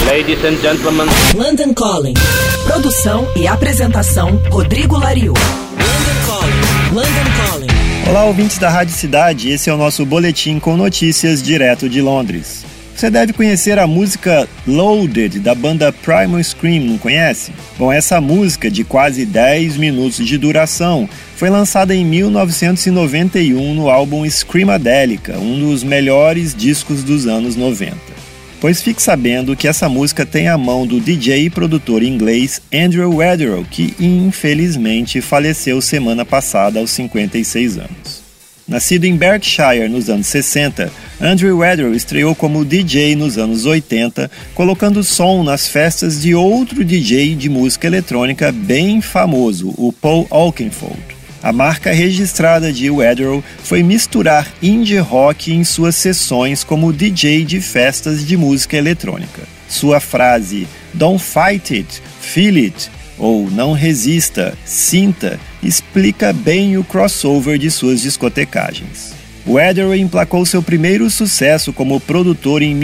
Ladies and gentlemen. London Calling. Produção e apresentação, Rodrigo Lariu. London Calling. London Calling. Olá, ouvintes da Rádio Cidade. Esse é o nosso boletim com notícias direto de Londres. Você deve conhecer a música Loaded, da banda Primal Scream, não conhece? Bom, essa música, de quase 10 minutos de duração, foi lançada em 1991 no álbum Screamadelica, um dos melhores discos dos anos 90. Pois fique sabendo que essa música tem a mão do DJ e produtor inglês Andrew Weatherall, que infelizmente faleceu semana passada aos 56 anos. Nascido em Berkshire nos anos 60, Andrew Weatherall estreou como DJ nos anos 80, colocando som nas festas de outro DJ de música eletrônica bem famoso, o Paul Oakenfold. A marca registrada de Weatherall foi misturar indie rock em suas sessões como DJ de festas de música eletrônica. Sua frase "Don't fight it, feel it", ou "não resista, sinta", explica bem o crossover de suas discotecagens. Weatherall emplacou seu primeiro sucesso como produtor em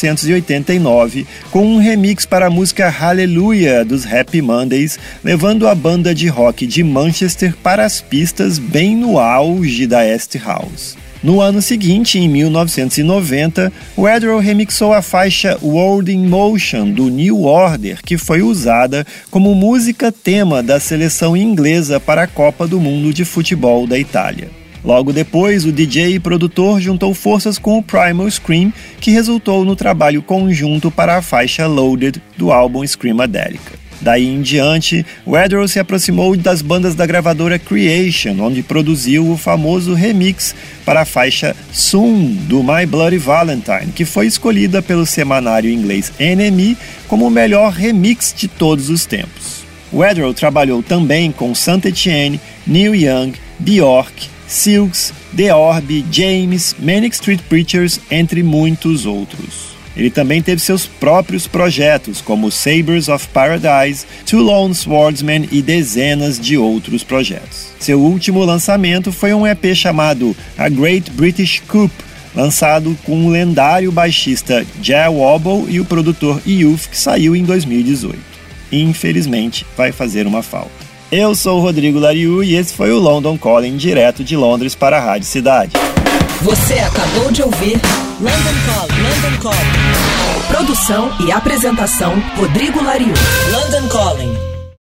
1989 com um remix para a música Hallelujah dos Happy Mondays, levando a banda de rock de Manchester para as pistas bem no auge da Acid House. No ano seguinte, em 1990, Weatherall remixou a faixa World in Motion do New Order, que foi usada como música tema da seleção inglesa para a Copa do Mundo de Futebol da Itália. Logo depois, o DJ e produtor juntou forças com o Primal Scream, que resultou no trabalho conjunto para a faixa Loaded do álbum Screamadelica. Daí em diante, Weatherall se aproximou das bandas da gravadora Creation, onde produziu o famoso remix para a faixa Soon, do My Bloody Valentine, que foi escolhida pelo semanário inglês NME como o melhor remix de todos os tempos. Weatherall trabalhou também com Saint Etienne, Neil Young, Bjork, Silks, The Orb, James, Manic Street Preachers, entre muitos outros. Ele também teve seus próprios projetos, como Sabres of Paradise, Two Lone Swordsmen e dezenas de outros projetos. Seu último lançamento foi um EP chamado A Great British Coup, lançado com o lendário baixista Jah Wobble e o produtor Youth, que saiu em 2018. Infelizmente, vai fazer uma falta. Eu sou o Rodrigo Lariu e esse foi o London Calling, direto de Londres para a Rádio Cidade. Você acabou de ouvir London Calling. London Calling. Produção e apresentação, Rodrigo Lariu. London Calling.